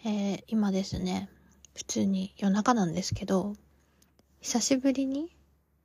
今ですね、普通に夜中なんですけど、久しぶりに、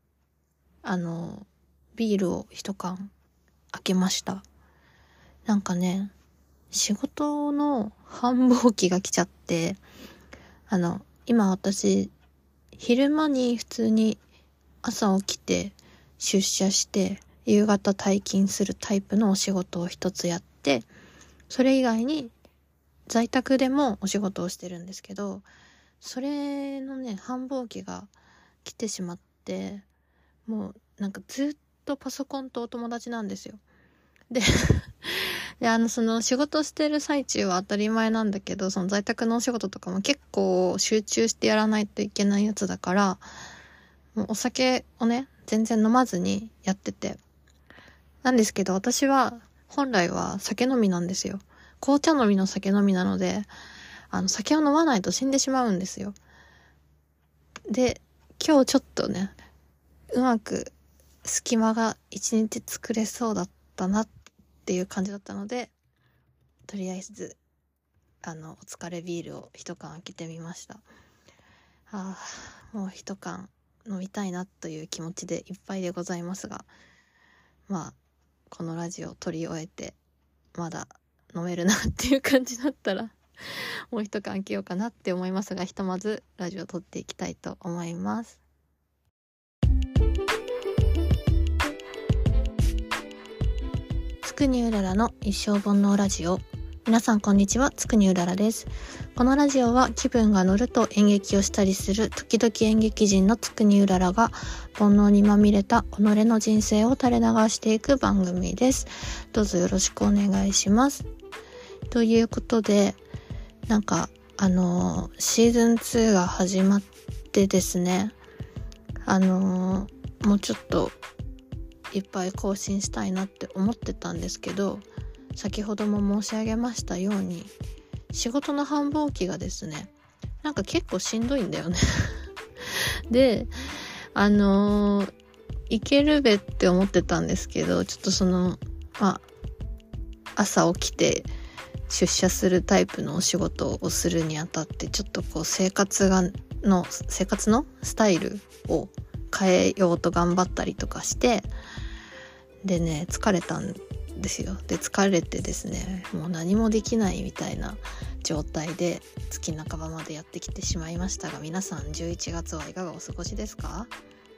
ビールを一缶開けました。なんかね、仕事の繁忙期が来ちゃって、今私、昼間に普通に朝起きて出社して夕方退勤するタイプのお仕事を一つやって、それ以外に在宅でもお仕事をしてるんですけど、それのね、繁忙期が来てしまって、もうなんかずっとパソコンとお友達なんですよ。で、その仕事してる最中は当たり前なんだけど、その在宅のお仕事とかも結構集中してやらないといけないやつだから、もうお酒をね、全然飲まずにやってて。なんですけど、私は本来は酒飲みなんですよ。紅茶飲みの酒飲みなので、酒を飲まないと死んでしまうんですよ。で、今日ちょっとね、うまく隙間が一日作れそうだったなっていう感じだったので、とりあえず、お疲れビールを一缶開けてみました。もう一缶飲みたいなという気持ちでいっぱいでございますが、まあ、このラジオを撮り終えて、まだ飲めるなっていう感じだったら、もう一缶開けようかなって思いますが、ひとまずラジオを撮っていきたいと思います。つくにうららの一生煩悩ラジオ。皆さんこんにちは、つくにうららです。このラジオは気分が乗ると演劇をしたりする時々演劇人のつくにうららが煩悩にまみれた己の人生を垂れ流していく番組です。どうぞよろしくお願いします。ということで、なんかシーズン2が始まってですね、もうちょっといっぱい更新したいなって思ってたんですけど、先ほども申し上げましたように仕事の繁忙期がですね、なんか結構しんどいんだよねで、いけるべって思ってたんですけど、ちょっと朝起きて出社するタイプのお仕事をするにあたって、ちょっとこう生活のスタイルを変えようと頑張ったりとかして、でね、疲れたんですよ。で、疲れてですね、もう何もできないみたいな状態で月半ばまでやってきてしまいましたが、皆さん11月はいかがお過ごしですか？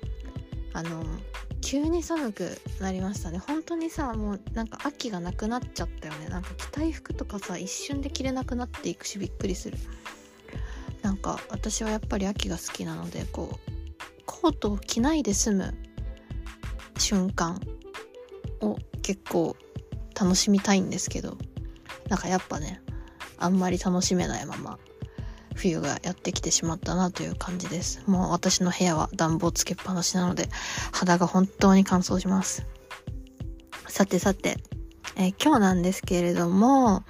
急に寒くなりましたね。本当にさ、もうなんか秋がなくなっちゃったよね。なんか着たい服とかさ、一瞬で着れなくなっていくし、びっくりする。なんか私はやっぱり秋が好きなので、こうコートを着ないで済む瞬間を結構楽しみたいんですけど、なんかやっぱね、あんまり楽しめないまま冬がやってきてしまったなという感じです。もう私の部屋は暖房つけっぱなしなので肌が本当に乾燥します。さて、今日なんですけれども、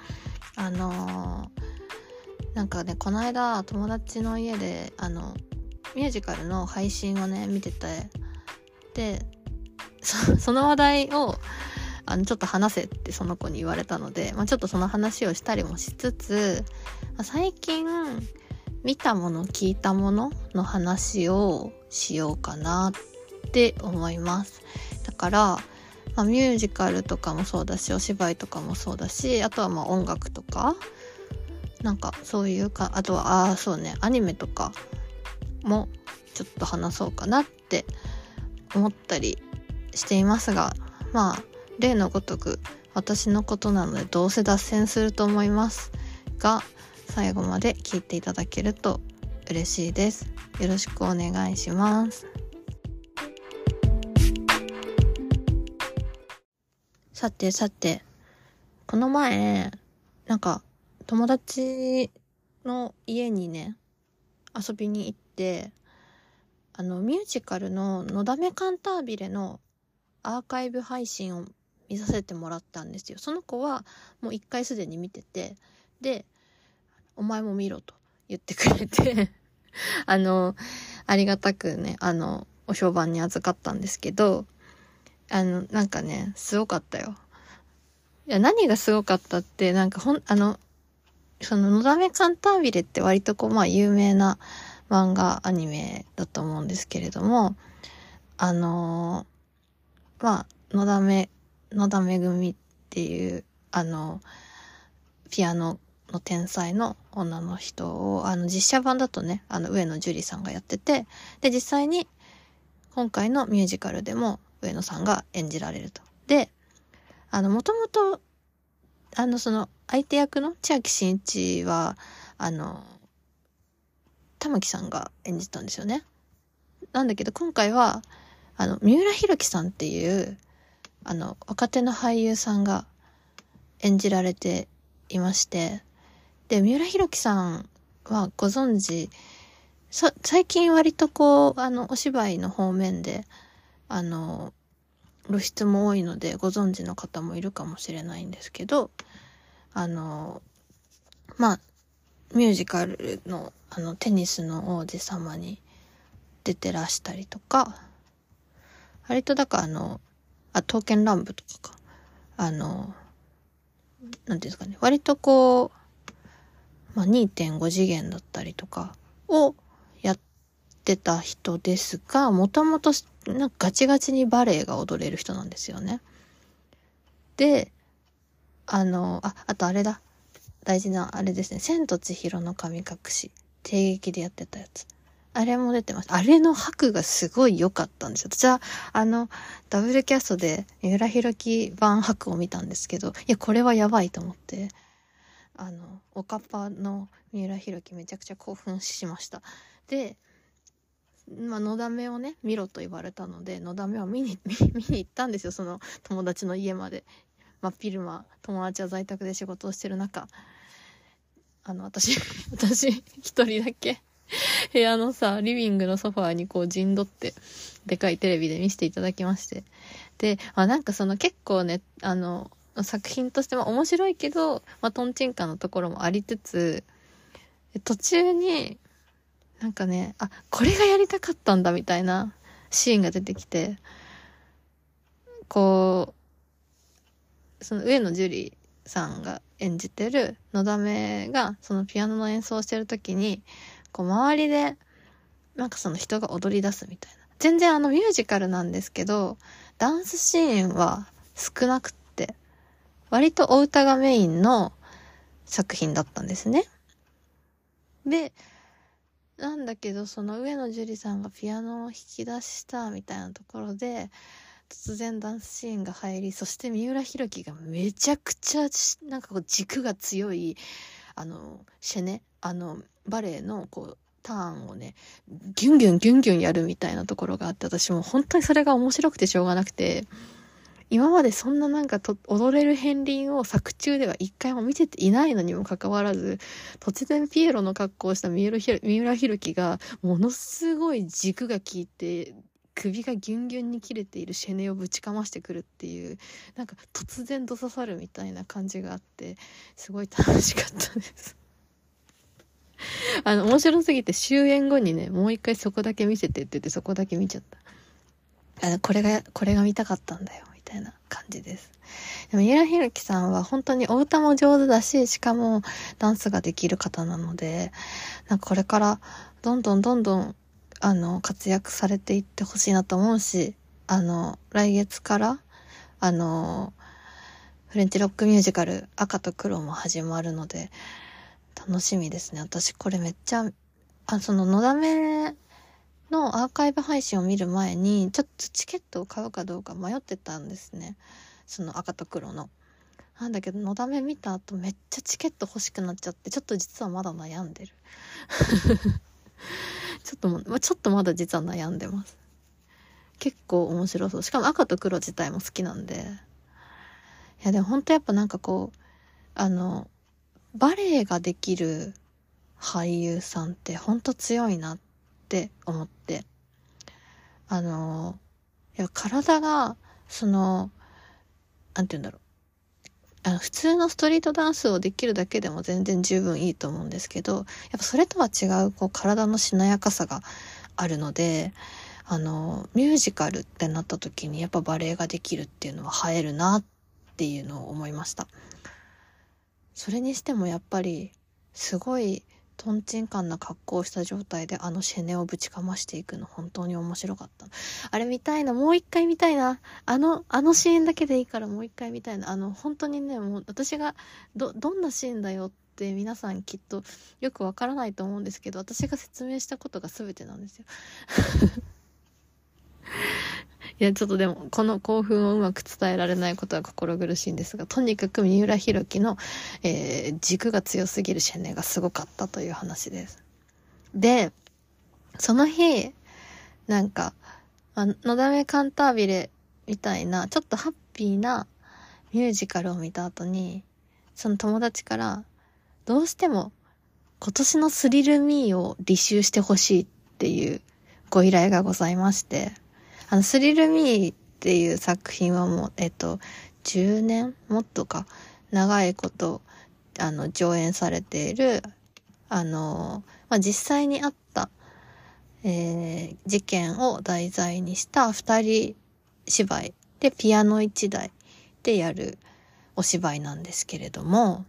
なんかね、この間友達の家でミュージカルの配信をね見てて、でその話題をちょっと話せってその子に言われたので、ちょっとその話をしたりもしつつ、最近見たもの聞いたものの話をしようかなって思います。だから、ミュージカルとかもそうだし、お芝居とかもそうだし、あとは音楽とか、なんかそういうか、あとはそうね、アニメとかもちょっと話そうかなって思ったりしていますが、例のごとく私のことなのでどうせ脱線すると思いますが、最後まで聞いていただけると嬉しいです。よろしくお願いします。さて、この前なんか友達の家にね遊びに行って、ミュージカルののだめカンタービレのアーカイブ配信を見させてもらったんですよ。その子はもう一回すでに見てて、で、お前も見ろと言ってくれてありがたくね、お評判に預かったんですけど、なんかね、すごかったよ。いや、何がすごかったって、なんかそののだめカンタービレって割と有名な漫画アニメだと思うんですけれども、のだめ組っていう、ピアノの天才の女の人を、実写版だとね、上野樹里さんがやってて、で、実際に今回のミュージカルでも上野さんが演じられると。で、もともと、その相手役の千秋真一は、玉木さんが演じたんですよね。なんだけど今回は、三浦宏樹さんっていう、若手の俳優さんが演じられていまして、で、三浦宏樹さんはご存知、最近割とお芝居の方面で、露出も多いのでご存知の方もいるかもしれないんですけど、ミュージカルのテニスの王子様に出てらしたりとか、割とだから刀剣乱舞とかなんていうんですかね、割と2.5 次元だったりとかをやってた人ですが、もともとガチガチにバレエが踊れる人なんですよね。で、あとあれだ。大事なあれですね。千と千尋の神隠し。帝劇でやってたやつ。あれも出てました。あれの拍がすごい良かったんですよ。私は、ダブルキャストで三浦宏樹版拍を見たんですけど、いや、これはやばいと思って、おかっぱの三浦宏樹めちゃくちゃ興奮しました。で、のだめをね、見ろと言われたので、のだめは見に行ったんですよ。その友達の家まで。真っ昼間、友達は在宅で仕事をしてる中、私一人だけ部屋のリビングのソファーに陣取ってでかいテレビで見せていただきまして、で、なんか結構ね、作品としても面白いけど、トンチンカンのところもありつつ、途中になんかね、これがやりたかったんだみたいなシーンが出てきて、その上野樹里さんが演じてるのだめがそのピアノの演奏をしてる時に周りでなんかその人が踊り出すみたいな、全然ミュージカルなんですけどダンスシーンは少なくって割とお歌がメインの作品だったんですね。で、なんだけどその上野樹里さんがピアノを弾き出したみたいなところで突然ダンスシーンが入り、そして三浦宏樹がめちゃくちゃなんか軸が強いシェネバレエのターンをねギュンギュンギュンギュンやるみたいなところがあって、私も本当にそれが面白くてしょうがなくて、今までそんななんか踊れる片鱗を作中では一回も見せていないのにもかかわらず、突然ピエロの格好をした三浦宏樹がものすごい軸が効いて首がギュンギュンに切れているシェネをぶちかましてくるっていう、なんか突然ど刺さるみたいな感じがあって、すごい楽しかったです面白すぎて終演後にね、もう一回そこだけ見せてって言ってそこだけ見ちゃった。これが見たかったんだよみたいな感じです。でも三浦宏樹さんは本当にお歌も上手だし、しかもダンスができる方なので、なんかこれからどんどん活躍されていってほしいなと思うし、来月からフレンチロックミュージカル赤と黒も始まるので楽しみですね。私これめっちゃそののだめのアーカイブ配信を見る前にちょっとチケットを買うかどうか迷ってたんですね。その赤と黒の。なんだけどのだめ見た後めっちゃチケット欲しくなっちゃって、ちょっと実はまだ悩んでるちょっとまだ実は悩んでます。結構面白そう。しかも赤と黒自体も好きなんで。いやでも本当やっぱなんかバレエができる俳優さんって本当強いなって思って。やっぱ体が、なんて言うんだろう。普通のストリートダンスをできるだけでも全然十分いいと思うんですけど、やっぱそれとは違う体のしなやかさがあるので、ミュージカルってなった時にやっぱバレエができるっていうのは映えるなっていうのを思いました。それにしてもやっぱりすごいトンチンカンな格好をした状態でシェネをぶちかましていくの本当に面白かった。あれ見たいな、もう一回見たいな。あのシーンだけでいいからもう一回見たいな。本当にね、もう私がどんなシーンだよって皆さんきっとよくわからないと思うんですけど、私が説明したことが全てなんですよ。いや、ちょっとでも、この興奮をうまく伝えられないことは心苦しいんですが、とにかく三浦弘樹の、軸が強すぎるシェネがすごかったという話です。で、その日、なんか、のだめカンタービレみたいな、ちょっとハッピーなミュージカルを見た後に、その友達から、どうしても今年のスリルミーを履修してほしいっていうご依頼がございまして、スリルミーっていう作品はもう、10年もっとか、長いこと、上演されている、実際にあった、事件を題材にした二人芝居でピアノ一台でやるお芝居なんですけれども、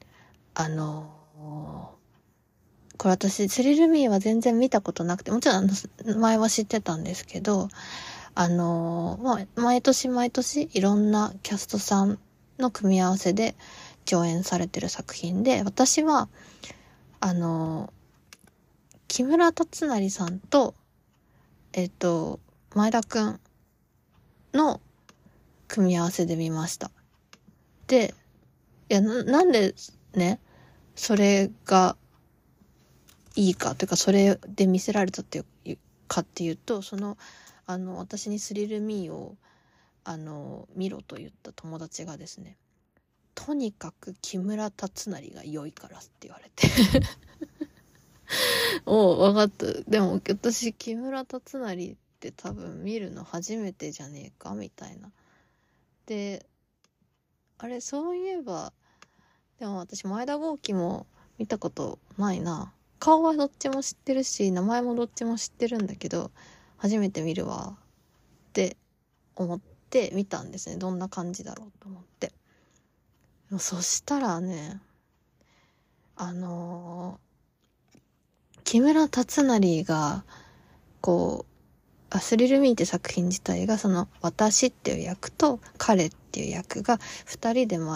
これ私、スリルミーは全然見たことなくて、もちろん前は知ってたんですけど、毎年毎年いろんなキャストさんの組み合わせで上演されてる作品で、私は、木村達成さんと、前田くんの組み合わせで見ました。で、いや、なんでね、それがいいかというか、それで見せられたっていうかっていうと、私にスリルミーを、見ろと言った友達がですね、とにかく木村達成が良いからって言われてわかった。でも私木村達成って多分見るの初めてじゃねえかみたいな。で、あれそういえば、でも私前田公輝も見たことないな。顔はどっちも知ってるし、名前もどっちも知ってるんだけど、初めて見るわって思って見たんですね。どんな感じだろうと思って。そしたらね、木村達成が、スリルミーって作品自体が、私っていう役と彼っていう役が、二人で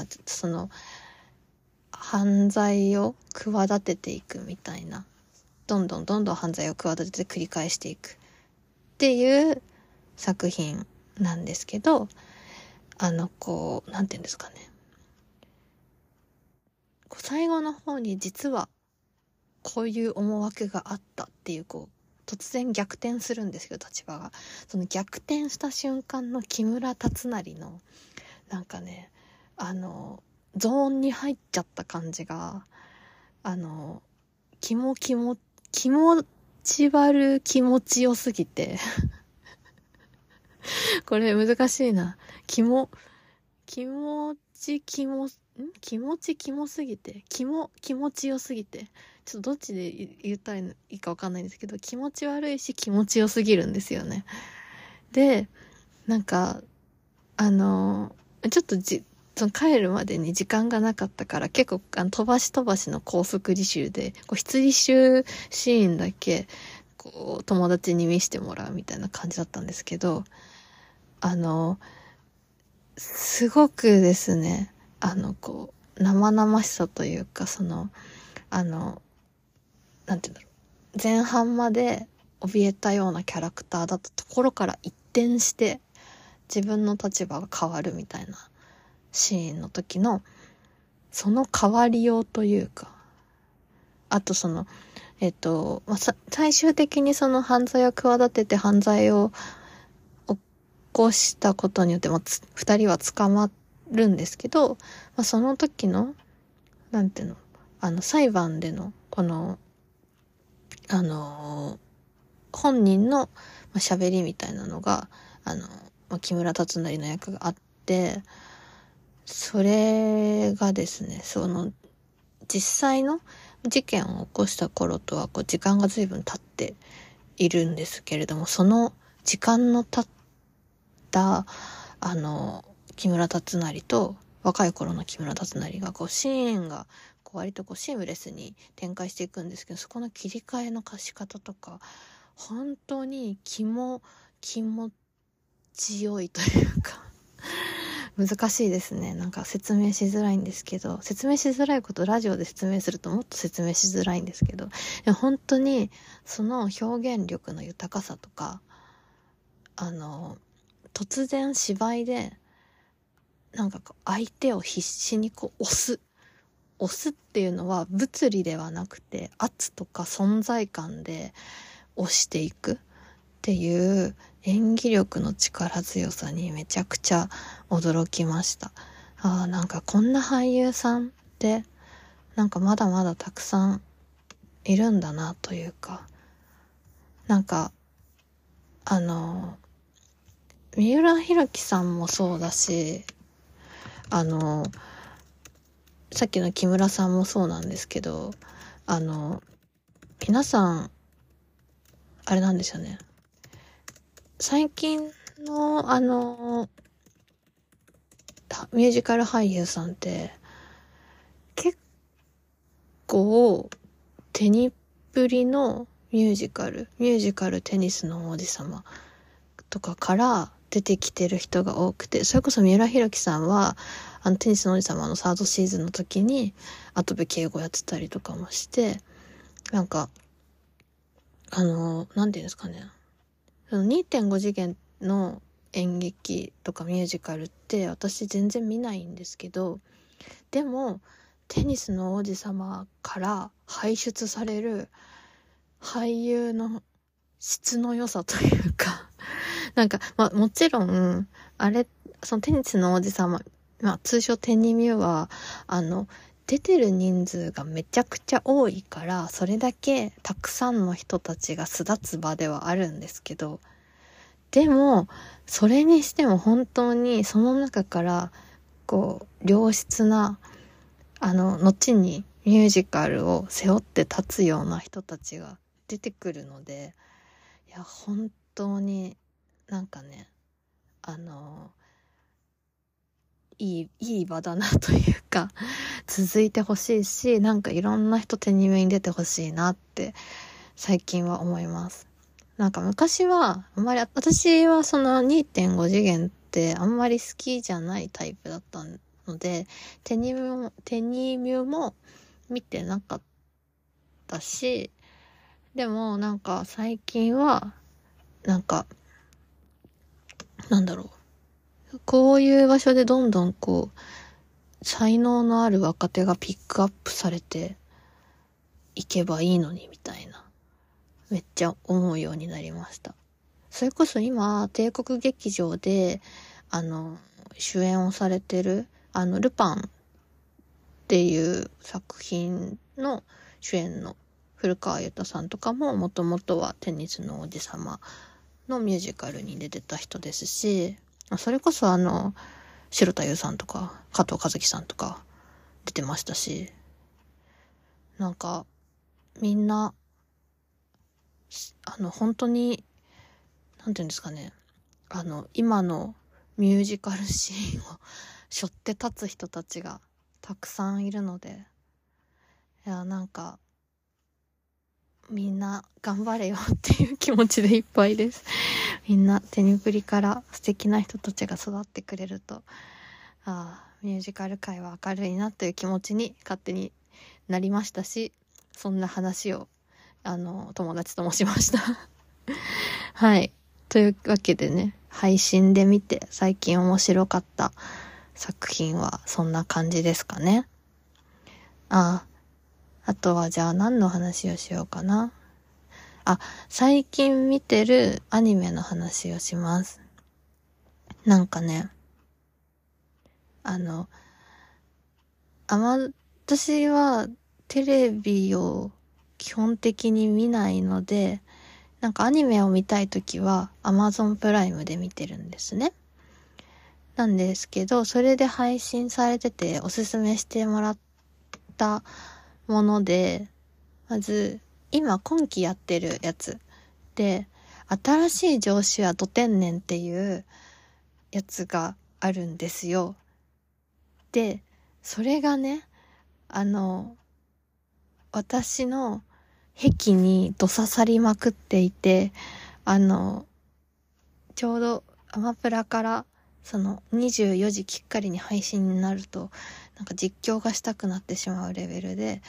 犯罪を企てていくみたいな。どんどん犯罪を企てて繰り返していくっていう作品なんですけど、なんて言うんですかね。最後の方に実はこういう思惑があったっていう突然逆転するんですよ、立場が。その逆転した瞬間の木村達成のなんかね、ゾーンに入っちゃった感じが、気持ち悪気持ちよすぎてこれ難しいな。気持ちキモすぎて、気持ちよすぎて、ちょっとどっちで言ったらいいかわかんないんですけど、気持ち悪いし気持ちよすぎるんですよね。で、なんか、ちょっと帰るまでに時間がなかったから、結構飛ばしの高速履修で、筆履修シーンだけ、友達に見せてもらうみたいな感じだったんですけど、すごくですね、生々しさというか、なんて言うんだろう。前半まで怯えたようなキャラクターだったところから一転して、自分の立場が変わるみたいなシーンの時の、その変わりようというか、あと最終的に犯罪を企てて犯罪を起こしたことによって、二人は捕まるんですけど、その時の、なんていうの、裁判での、本人の喋りみたいなのが、木村達成の役があって、それがですね、実際の事件を起こした頃とは時間が随分経っているんですけれども、その時間の経った木村達成と若い頃の木村達成がシーンが割とシームレスに展開していくんですけど、そこの切り替えの貸し方とか本当に気持ちよいというか難しいですね。なんか説明しづらいんですけど、説明しづらいことラジオで説明するともっと説明しづらいんですけど、でも本当にその表現力の豊かさとか、突然芝居でなんか相手を必死に押すっていうのは物理ではなくて圧とか存在感で押していくっていう演技力の力強さにめちゃくちゃ驚きました。なんかこんな俳優さんってなんかまだまだたくさんいるんだなというか、なんか三浦宏樹さんもそうだし、さっきの木村さんもそうなんですけど、皆さんあれなんですよね。最近のミュージカル俳優さんって結構テニプリのミュージカルテニスの王子様とかから出てきてる人が多くて、それこそ三浦宏樹さんはテニスの王子様のサードシーズンの時に跡部圭吾やってたりとかもして、なんかなんていうんですかね、その 2.5 次元の演劇とかミュージカルって私全然見ないんですけど、でもテニスの王子様から輩出される俳優の質の良さというかなんか、もちろんそのテニスの王子様、通称テニミュは出てる人数がめちゃくちゃ多いから、それだけたくさんの人たちが巣立つ場ではあるんですけど、でもそれにしても本当にその中から良質な後にミュージカルを背負って立つような人たちが出てくるので、いや本当になんかね、いい場だなというか続いてほしいし、なんかいろんな人テニムに出てほしいなって最近は思います。なんか昔は私はその 2.5 次元ってあんまり好きじゃないタイプだったので、テニミュも見てなかったし、でもなんか最近はなんかこういう場所でどんどん才能のある若手がピックアップされていけばいいのにみたいな、めっちゃ思うようになりました。それこそ今帝国劇場で主演をされてるルパンっていう作品の主演の古川雄太さんとかももともとはテニスの王子様のミュージカルに出てた人ですし、それこそ城田優さんとか加藤和樹さんとか出てましたし、なんかみんな本当になんていうんですかね、今のミュージカルシーンを背負って立つ人たちがたくさんいるので、いやなんかみんな頑張れよっていう気持ちでいっぱいです。みんなテニプリから素敵な人たちが育ってくれると、ミュージカル界は明るいなという気持ちに勝手になりましたし、そんな話を友達ともしましたはい、というわけでね、配信で見て最近面白かった作品はそんな感じですかね。あとはじゃあ何の話をしようかな。最近見てるアニメの話をします。なんかね、私はテレビを基本的に見ないので、なんかアニメを見たいときは Amazon プライムで見てるんですね。なんですけど、それで配信されてておすすめしてもらったもので、まず今期やってるやつで、新しい上司はど天然っていうやつがあるんですよ。で、それがね、 私の癖にどささりまくっていて、ちょうどアマプラからその24時きっかりに配信になると、なんか実況がしたくなってしまうレベルで、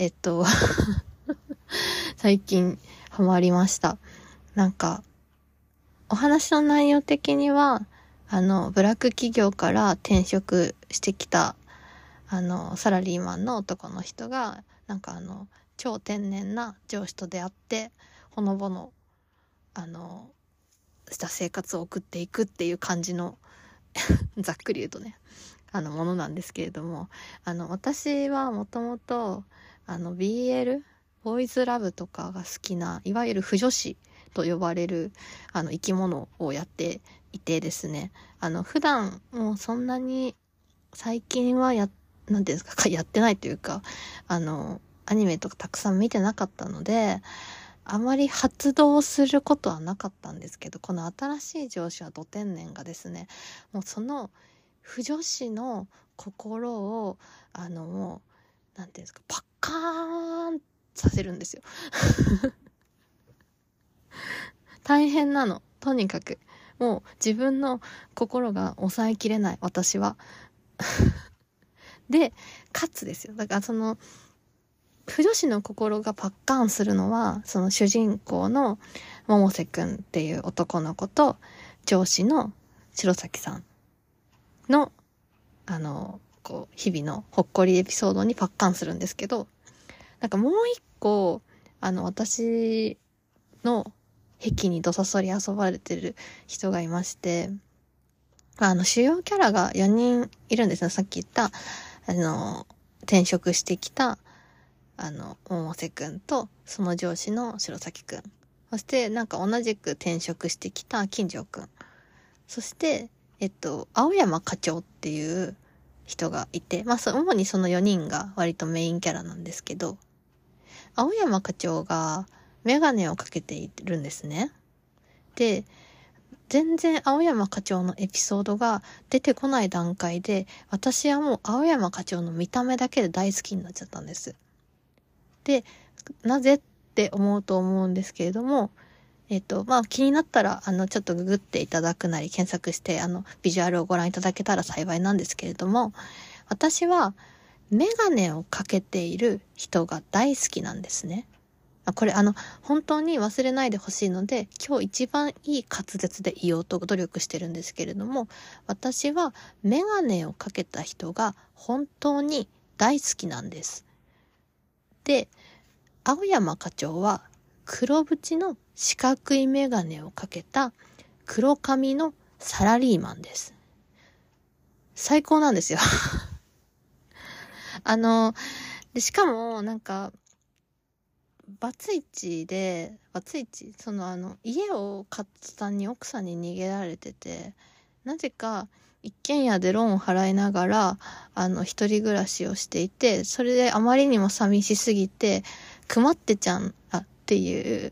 最近ハマりました。なんか、お話の内容的には、ブラック企業から転職してきた、サラリーマンの男の人が、なんか超天然な上司と出会って、ほのぼの、した生活を送っていくっていう感じのざっくり言うとね、ものなんですけれども、私はもともと、BL、ボーイズラブとかが好きな、いわゆる腐女子と呼ばれる、生き物をやっていてですね、普段もうそんなに、最近はなんていうんですか、やってないというか、アニメとかたくさん見てなかったので、あまり発動することはなかったんですけど、この新しい上司はド天然がですね、もうその腐女子の心をもうなんていうんですか、パッカーンさせるんですよ。大変なの、とにかく。もう自分の心が抑えきれない、私は。で、かつですよ。だからその腐女子の心がパッカーンするのは、その主人公の百瀬くんっていう男の子と、上司の白崎さんの、日々のほっこりエピソードにパッカーンするんですけど、なんかもう一個、私の癖にどさそり遊ばれてる人がいまして、主要キャラが4人いるんですよ。さっき言った、転職してきた、百瀬くんと、その上司の白崎くん。そして、なんか同じく転職してきた金城くん。そして、青山課長っていう人がいて、まあ、主にその4人が割とメインキャラなんですけど、青山課長がメガネをかけているんですね。で、全然青山課長のエピソードが出てこない段階で、私はもう青山課長の見た目だけで大好きになっちゃったんです。で、なぜって思うんですけれども、まあ、気になったら、ちょっとググっていただくなり、検索して、ビジュアルをご覧いただけたら幸いなんですけれども、私は、メガネをかけている人が大好きなんですね。これ、本当に忘れないでほしいので、今日一番いい滑舌で言おうと努力してるんですけれども、私は、メガネをかけた人が本当に大好きなんです。で、青山課長は黒縁の四角いメガネをかけた黒髪のサラリーマンです。最高なんですよ。しかもなんか、バツイチ、家を買ったに奥さんに逃げられてて、なぜか一軒家でローンを払いながら、一人暮らしをしていて、それであまりにも寂しすぎて、くまってちゃん、っていう、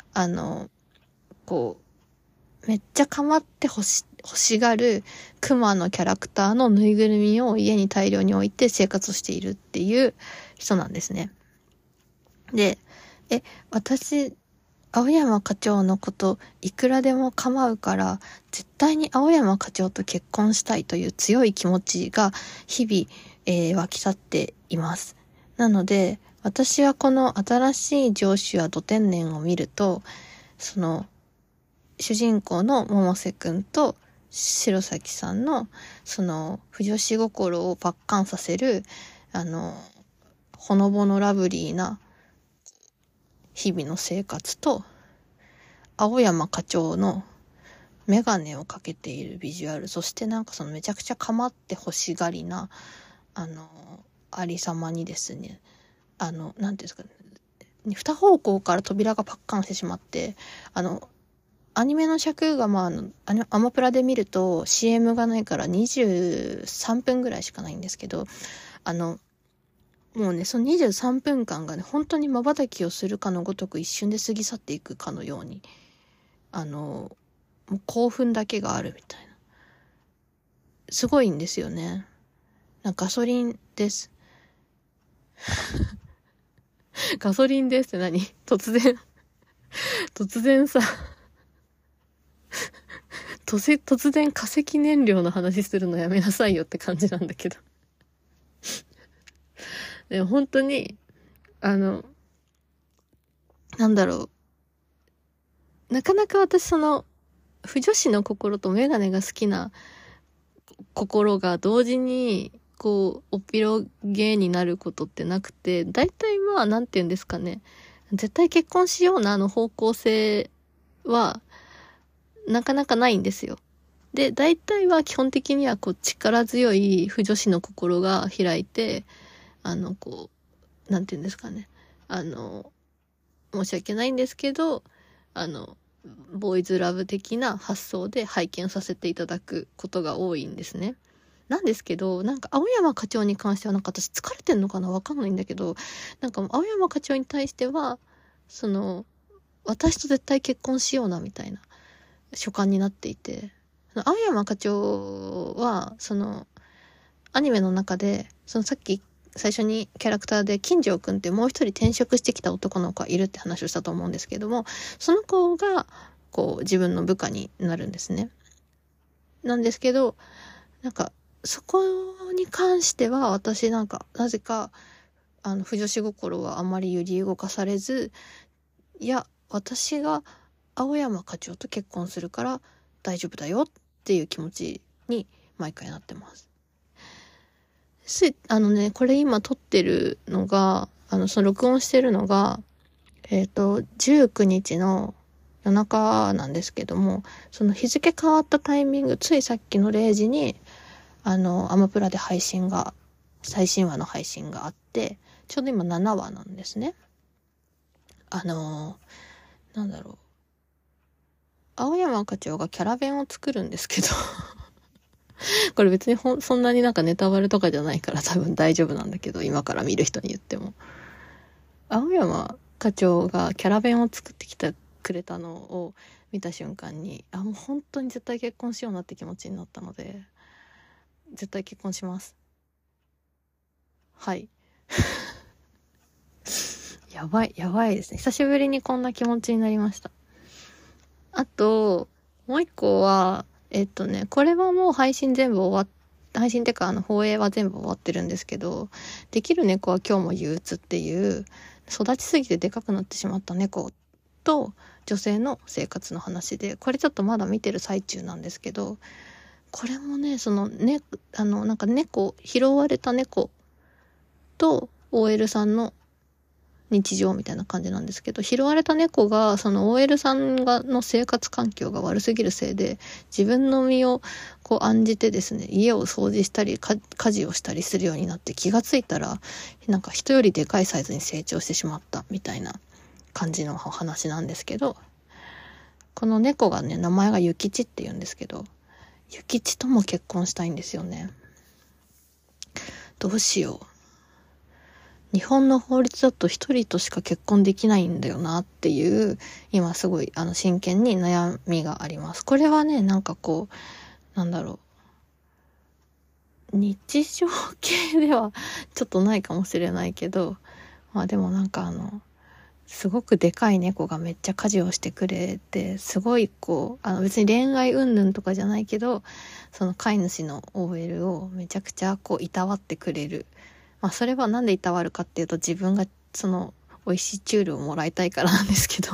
めっちゃかまって欲しがるクマのキャラクターのぬいぐるみを家に大量に置いて生活をしているっていう人なんですね。で、私、青山課長のこといくらでも構うから、絶対に青山課長と結婚したいという強い気持ちが日々、湧き立っています。なので、私はこの新しい上司はド天然を見ると、その、主人公の百瀬くんと白崎さんの、その、不女子心をパッカンさせる、ほのぼのラブリーな日々の生活と、青山課長のメガネをかけているビジュアル、そしてなんかそのめちゃくちゃ構って欲しがりな、ありさまにですね、なんていうんですかね、二方向から扉がパッカンしてしまって、アニメの尺がアマプラで見ると CM がないから23分ぐらいしかないんですけど、もうね、その23分間がね、本当に瞬きをするかのごとく一瞬で過ぎ去っていくかのように、もう興奮だけがあるみたいな。すごいんですよね。ガソリンです。 ガソリンですって何？突然さ、突然化石燃料の話するのやめなさいよって感じなんだけど。でも本当に、なんだろう。なかなか私不女子の心とメガネが好きな心が同時に、おっぴろげになることってなくて、大体なんて言うんですかね。絶対結婚しような方向性は、なかなかないんですよ。で、大体は基本的には力強い不女子の心が開いて、なんて言うんですかね。申し訳ないんですけど、ボーイズラブ的な発想で拝見させていただくことが多いんですね。なんですけど、青山課長に関しては私疲れてんのかなわかんないんだけど、青山課長に対しては、私と絶対結婚しようなみたいな所感になっていて、青山課長は、アニメの中で、さっき最初にキャラクターで金城くんってもう一人転職してきた男の子がいるって話をしたと思うんですけども、その子が、自分の部下になるんですね。なんですけど、そこに関しては私なぜか、不女子心はあまり揺り動かされず、いや、私が青山課長と結婚するから大丈夫だよっていう気持ちに毎回なってます。これ今撮ってるのが、録音してるのが、19日の夜中なんですけども、その日付変わったタイミング、ついさっきの0時に、アマプラで最新話の配信があって、ちょうど今7話なんですね。なんだろう。青山課長がキャラ弁を作るんですけど、これ別にそんなにネタバレとかじゃないから多分大丈夫なんだけど、今から見る人に言っても。青山課長がキャラ弁を作ってくれたのを見た瞬間に、もう本当に絶対結婚しようなって気持ちになったので、絶対結婚します。はい。やばいですね。久しぶりにこんな気持ちになりました。あと、もう一個は、これはもう配信ってか放映は全部終わってるんですけど、できる猫は今日も憂鬱っていう、育ちすぎてでかくなってしまった猫と女性の生活の話で、これちょっとまだ見てる最中なんですけど、これもね、拾われた猫と OL さんの日常みたいな感じなんですけど、拾われた猫がOL さんの生活環境が悪すぎるせいで、自分の身を案じてですね、家を掃除したり家事をしたりするようになって、気がついたら人よりでかいサイズに成長してしまったみたいな感じのお話なんですけど、この猫がね、名前がゆきちって言うんですけど、ゆきちとも結婚したいんですよね。どうしよう。日本の法律だと一人としか結婚できないんだよなっていう、今すごい真剣に悩みがあります。これはね、日常系ではちょっとないかもしれないけど、でもすごくでかい猫がめっちゃ家事をしてくれて、すごい別に恋愛云々とかじゃないけど、その飼い主の OL をめちゃくちゃいたわってくれる。それはなんでいたわるかっていうと、自分が美味しいチュールをもらいたいからなんですけど、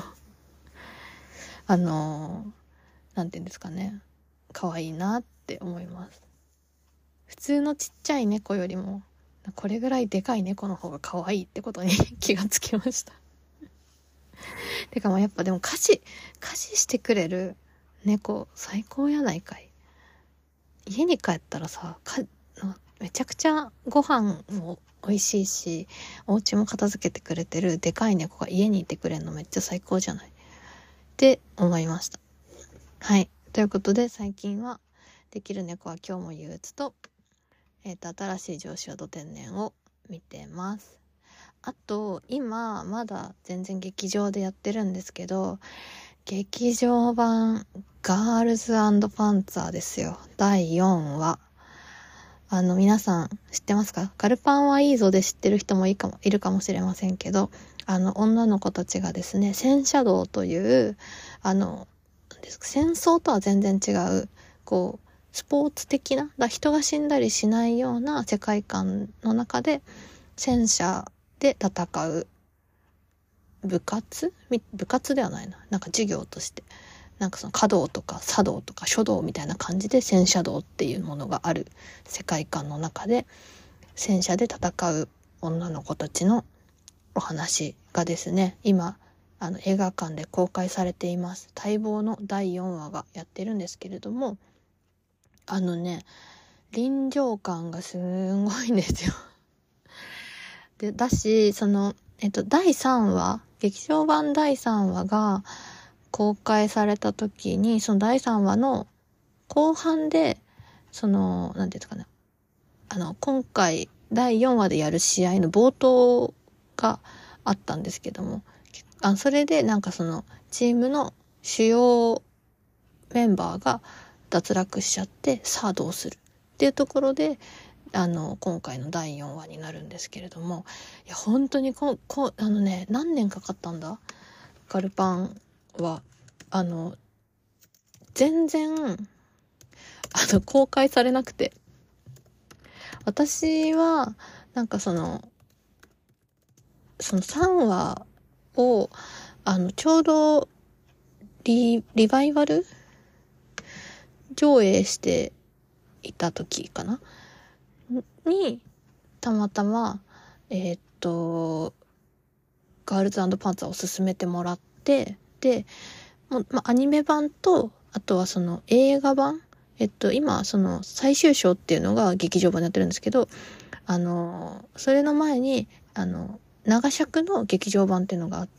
なんていうんですかね、可愛いなって思います。普通のちっちゃい猫よりも、これぐらいでかい猫の方が可愛いってことに気がつきました。てかやっぱでも家事してくれる猫最高やないかい。家に帰ったらさ、めちゃくちゃご飯も美味しいし、お家も片付けてくれてるでかい猫が家にいてくれるのめっちゃ最高じゃないって思いました。はい。ということで最近はできる猫は今日も憂鬱と、新しい上司はド天然を見てます。あと、今まだ全然劇場でやってるんですけど、劇場版ガールズ&パンツァーですよ。第4話。皆さん知ってますか？ガルパンはいいぞで知ってる人もいるかもしれませんけど、 女の子たちがですね、戦車道という、戦争とは全然違う、こう、スポーツ的な、人が死んだりしないような世界観の中で、戦車で戦う部活ではないな。なんか授業として。なんかその華道とか茶道とか書道みたいな感じで戦車道っていうものがある世界観の中で、戦車で戦う女の子たちのお話がですね、今、映画館で公開されています。待望の第4話がやってるんですけれども、臨場感がすごいんですよ。で、だし、第3話、劇場版第3話が公開された時に、その第3話の後半で、なんていうんですかね、今回第4話でやる試合の冒頭があったんですけども、それでなんかチームの主要メンバーが脱落しちゃって、さあどうするっていうところで、今回の第4話になるんですけれども、いや本当に何年かかったんだ、ガルパンは全然公開されなくて、私はなんかその3話をちょうどリバイバル上映していた時かなに、たまたまガールズ&パンツァーを勧めてもらって、でアニメ版と、あとは映画版、今最終章っていうのが劇場版でやってるんですけど、それの前に長尺の劇場版っていうのがあって、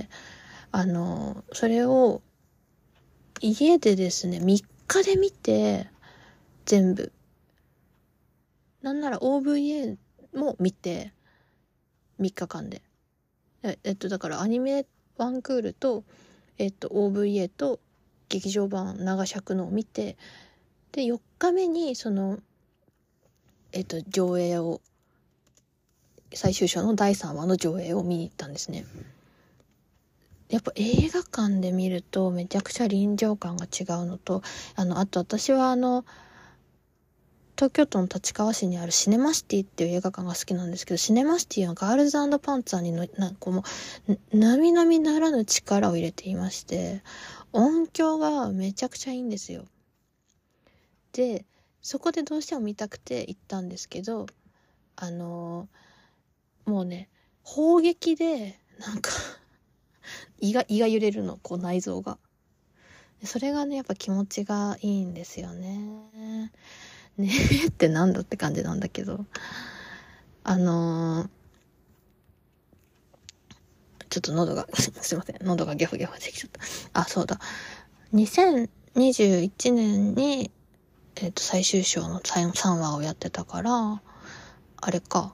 それを家でですね、3日で見て、全部。なんなら OVA も見て、3日間で。だからアニメワンクールと、OVA と劇場版長尺のを見て、で、4日目に上映を、最終章の第3話の上映を見に行ったんですね。やっぱ映画館で見るとめちゃくちゃ臨場感が違うのと、あと私は東京都の立川市にあるシネマシティっていう映画館が好きなんですけど、シネマシティはガールズ&パンツァーに並々ならぬ力を入れていまして、音響がめちゃくちゃいいんですよ。で、そこでどうしても見たくて行ったんですけど、もうね、砲撃でなんか胃が揺れるの、内臓が。それがね、やっぱ気持ちがいいんですよね。ねえってなんだって感じなんだけど。ちょっと喉が、すいません、喉がゲホゲホしてきちゃった。あ、そうだ。2021年に、最終章の3話をやってたから、あれか、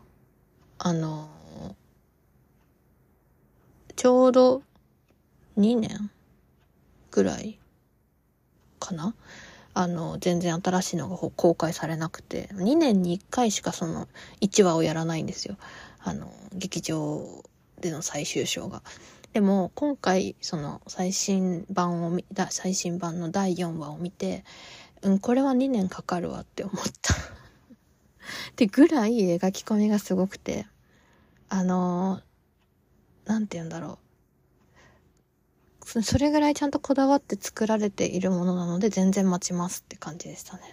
ちょうど2年ぐらいかな、全然新しいのが公開されなくて、2年に1回しか1話をやらないんですよ。劇場での最終章が。でも、今回、最新版の第4話を見て、これは2年かかるわって思った。ってぐらい描き込みがすごくて、なんて言うんだろう。それぐらいちゃんとこだわって作られているものなので、全然待ちますって感じでしたね。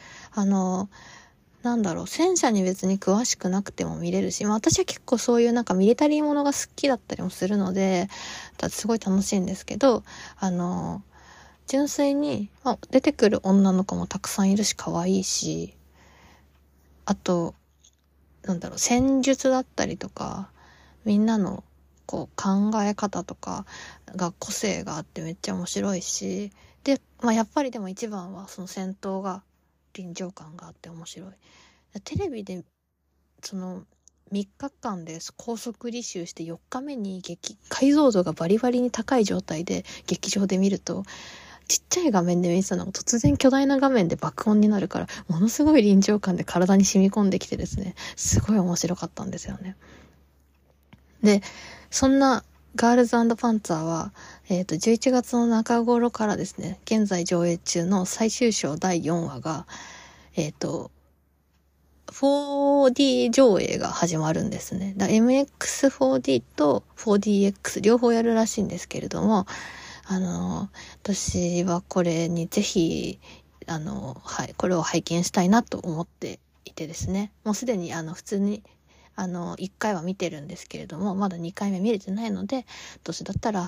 戦車に別に詳しくなくても見れるし、私は結構そういうなんかミリタリーものが好きだったりもするので、すごい楽しいんですけど、純粋に、出てくる女の子もたくさんいるし可愛いし、あと、戦術だったりとか、みんなの考え方とかが個性があってめっちゃ面白いし、で、やっぱりでも一番はその戦闘が臨場感があって面白い。テレビで3日間で高速履修して4日目に解像度がバリバリに高い状態で劇場で見ると、ちっちゃい画面で見てたのが突然巨大な画面で爆音になるから、ものすごい臨場感で体に染み込んできてですね、すごい面白かったんですよね。 で、そんなガールズ&パンツァーは、11月の中頃からですね、現在上映中の最終章第4話が、4D 上映が始まるんですね。MX4D と 4DX 両方やるらしいんですけれども、私はこれにぜひ、これを拝見したいなと思っていてですね、もうすでに普通に1回は見てるんですけれども、まだ2回目見れてないので、どうせだったら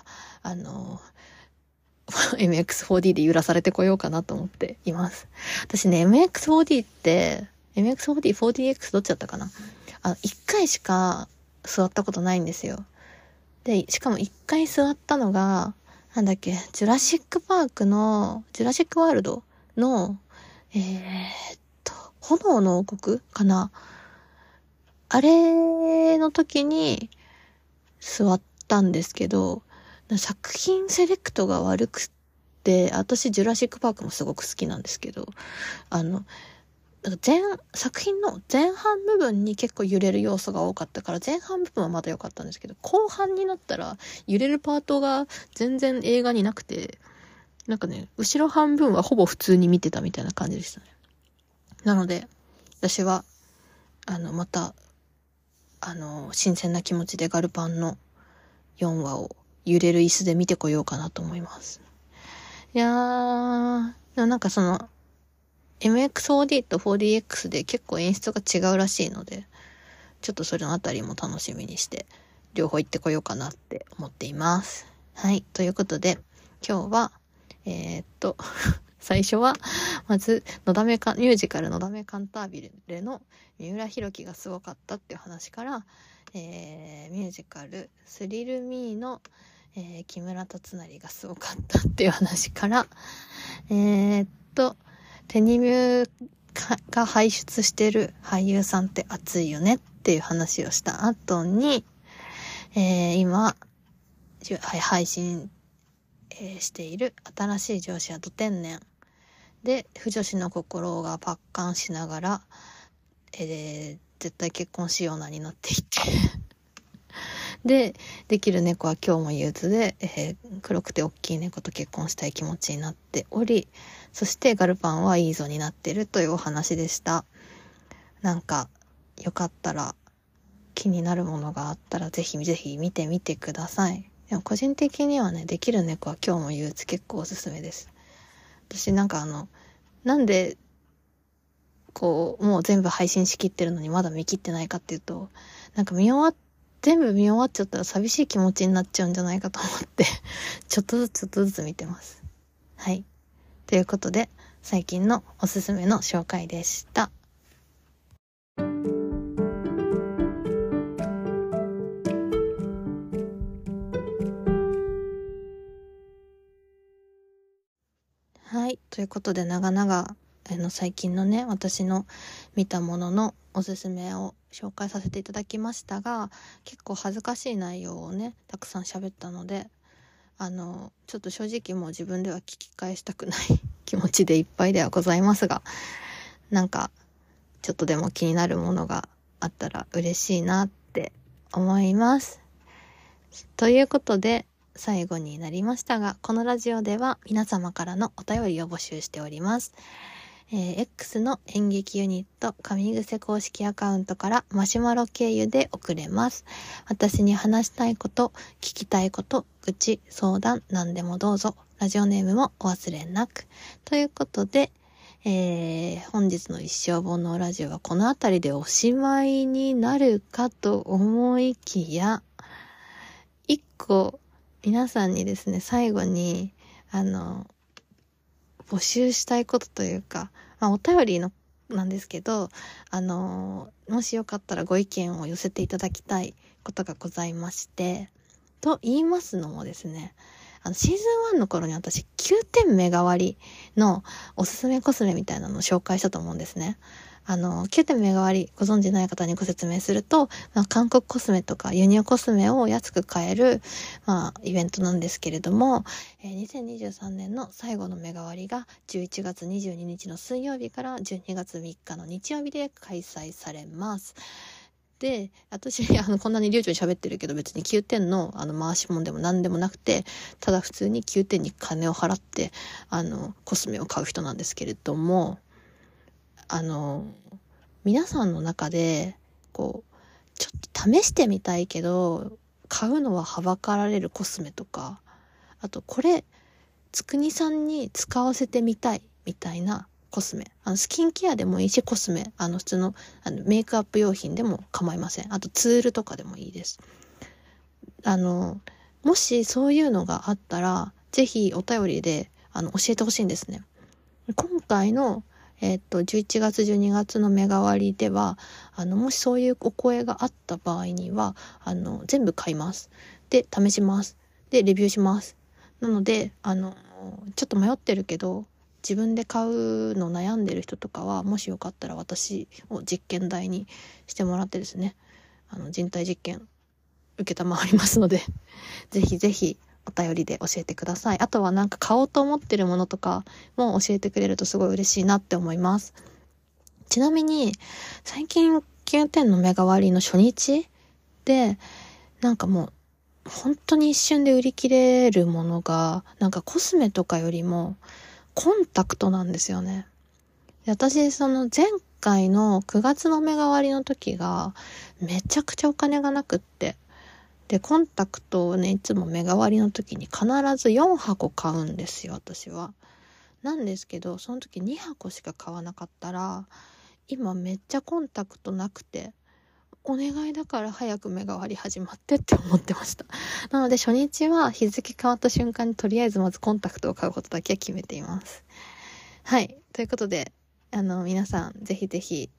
MX4D で揺らされてこようかなと思っています。私ね、MX4D って、MX4D、4DX どっちだったかな1回しか座ったことないんですよ。で、しかも1回座ったのが、ジュラシックワールドの、炎の王国かなあれの時に座ったんですけど、作品セレクトが悪くって、私ジュラシックパークもすごく好きなんですけど、作品の前半部分に結構揺れる要素が多かったから、前半部分はまだ良かったんですけど、後半になったら揺れるパートが全然映画になくて、後ろ半分はほぼ普通に見てたみたいな感じでしたね。なので、私は、また、新鮮な気持ちでガルパンの4話を揺れる椅子で見てこようかなと思います。いやー、MX4D と 4DX で結構演出が違うらしいので、ちょっとそれのあたりも楽しみにして、両方行ってこようかなって思っています。はい。ということで、今日は、最初は、まず、ミュージカルのだめカンタービレの三浦宏樹がすごかったっていう話から、ミュージカルスリルミーの、木村達成がすごかったっていう話から、テニミュが輩出してる俳優さんって熱いよねっていう話をした後に、今、配信、している新しい上司はド天然で、不女子の心がパッカンしながら、絶対結婚しようなになっていてで、できる猫は今日も憂鬱で、黒くて大きい猫と結婚したい気持ちになっており、そしてガルパンはいいぞになってるというお話でした。よかったら気になるものがあったらぜひぜひ見てみてください。でも個人的にはね、できる猫は今日も憂鬱結構おすすめです。私なんでもう全部配信しきってるのにまだ見切ってないかっていうと、全部見終わっちゃったら寂しい気持ちになっちゃうんじゃないかと思ってちょっとずつ見てます。はい。ということで、最近のおすすめの紹介でした。はい。ということで、長々、最近のね、私の見たもののおすすめを紹介させていただきましたが、結構恥ずかしい内容をね、たくさん喋ったので、ちょっと正直もう自分では聞き返したくない気持ちでいっぱいではございますが、ちょっとでも気になるものがあったら嬉しいなって思います。ということで、最後になりましたが、このラジオでは皆様からのお便りを募集しております。X の演劇ユニット神癖公式アカウントからマシュマロ経由で送れます。私に話したいこと、聞きたいこと、愚痴、相談、何でもどうぞ。ラジオネームもお忘れなく。ということで、本日の一生煩悩ラジオはこの辺りでおしまいになるかと思いきや、一個皆さんにですね、最後に募集したいことというか、お便りのなんですけど、もしよかったらご意見を寄せていただきたいことがございまして、と言いますのもですね、シーズン1の頃に私9点目代わりのおすすめコスメみたいなのを紹介したと思うんですね。9点目代わりご存じない方にご説明すると、韓国コスメとか輸入コスメを安く買える、イベントなんですけれども、2023年の最後の目代わりが11月22日の水曜日から12月3日の日曜日で開催されます。 で、私、こんなに流暢に喋ってるけど別に9点の、回し物でも何でもなくて、ただ普通に9点に金を払って、コスメを買う人なんですけれども、皆さんの中で、ちょっと試してみたいけど、買うのははばかられるコスメとか、あと、これ、つくにさんに使わせてみたい、みたいなコスメ。スキンケアでもいいし、コスメ。普通の、メイクアップ用品でも構いません。あと、ツールとかでもいいです。もしそういうのがあったら、ぜひお便りで、教えてほしいんですね。今回の、11月、12月の目代わりでは、もしそういうお声があった場合には、全部買います。で、試します。で、レビューします。なので、ちょっと迷ってるけど、自分で買うの悩んでる人とかは、もしよかったら私を実験台にしてもらってですね、人体実験受けたまわりますので、ぜひぜひお便りで教えてください。あとはなんか買おうと思ってるものとかも教えてくれるとすごい嬉しいなって思います。ちなみに、最近9点の目代わりの初日で、なんかもう、本当に一瞬で売り切れるものが、なんかコスメとかよりもコンタクトなんですよね。で、私、その前回の9月の目代わりの時が、めちゃくちゃお金がなくって。で、コンタクトをね、いつも目代わりの時に必ず4箱買うんですよ、私は。なんですけど、その時2箱しか買わなかったら、今めっちゃコンタクトなくて、お願いだから早く目代わり始まってって思ってました。なので初日は日付変わった瞬間にとりあえずまずコンタクトを買うことだけは決めています。はい。ということで、皆さんぜひぜひ、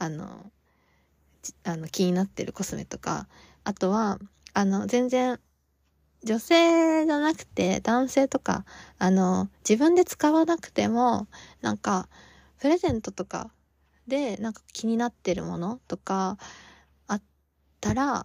気になってるコスメとか、あとは、全然、女性じゃなくて男性とか、自分で使わなくても、なんか、プレゼントとかで、なんか気になってるものとか、あったら、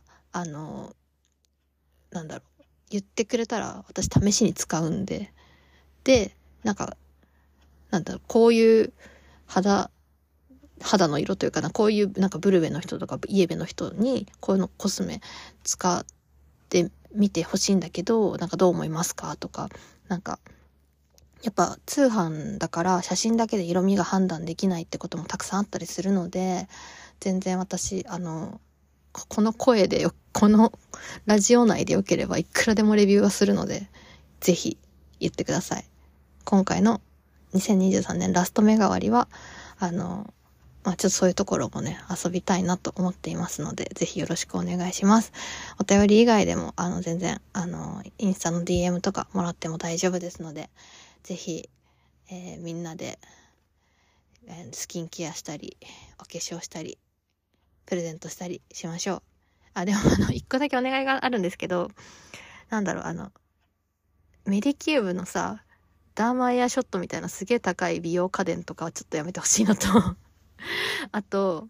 なんだろう、言ってくれたら私試しに使うんで、で、なんか、なんだろう、こういう肌の色というかな、こういうなんかブルベの人とかイエベの人にこういうのコスメ使ってみてほしいんだけど、なんかどう思いますかとか、なんかやっぱ通販だから写真だけで色味が判断できないってこともたくさんあったりするので、全然私この声でこのラジオ内でよければいくらでもレビューはするので、ぜひ言ってください。今回の2023年ラスト目代わりはちょっとそういうところもね、遊びたいなと思っていますので、ぜひよろしくお願いします。お便り以外でも、全然、インスタの DM とかもらっても大丈夫ですので、ぜひ、みんなで、スキンケアしたり、お化粧したり、プレゼントしたりしましょう。でも一個だけお願いがあるんですけど、なんだろう、メディキューブのさ、ダーマエアショットみたいなすげえ高い美容家電とかはちょっとやめてほしいのと、あと、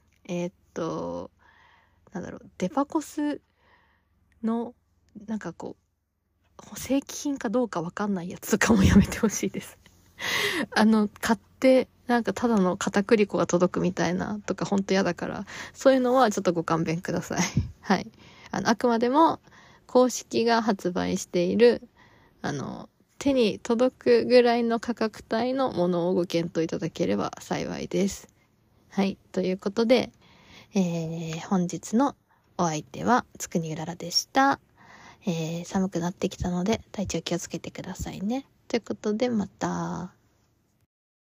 なんだろう、デパコスの、なんか正規品かどうかわかんないやつとかもやめてほしいです。買って、なんかただの片栗粉が届くみたいなとかほんと嫌だから、そういうのはちょっとご勘弁ください。はい。あくまでも、公式が発売している、手に届くぐらいの価格帯のものをご検討いただければ幸いです。はい。ということで、本日のお相手はつくにうららでした。寒くなってきたので体調気をつけてくださいね。ということでまた。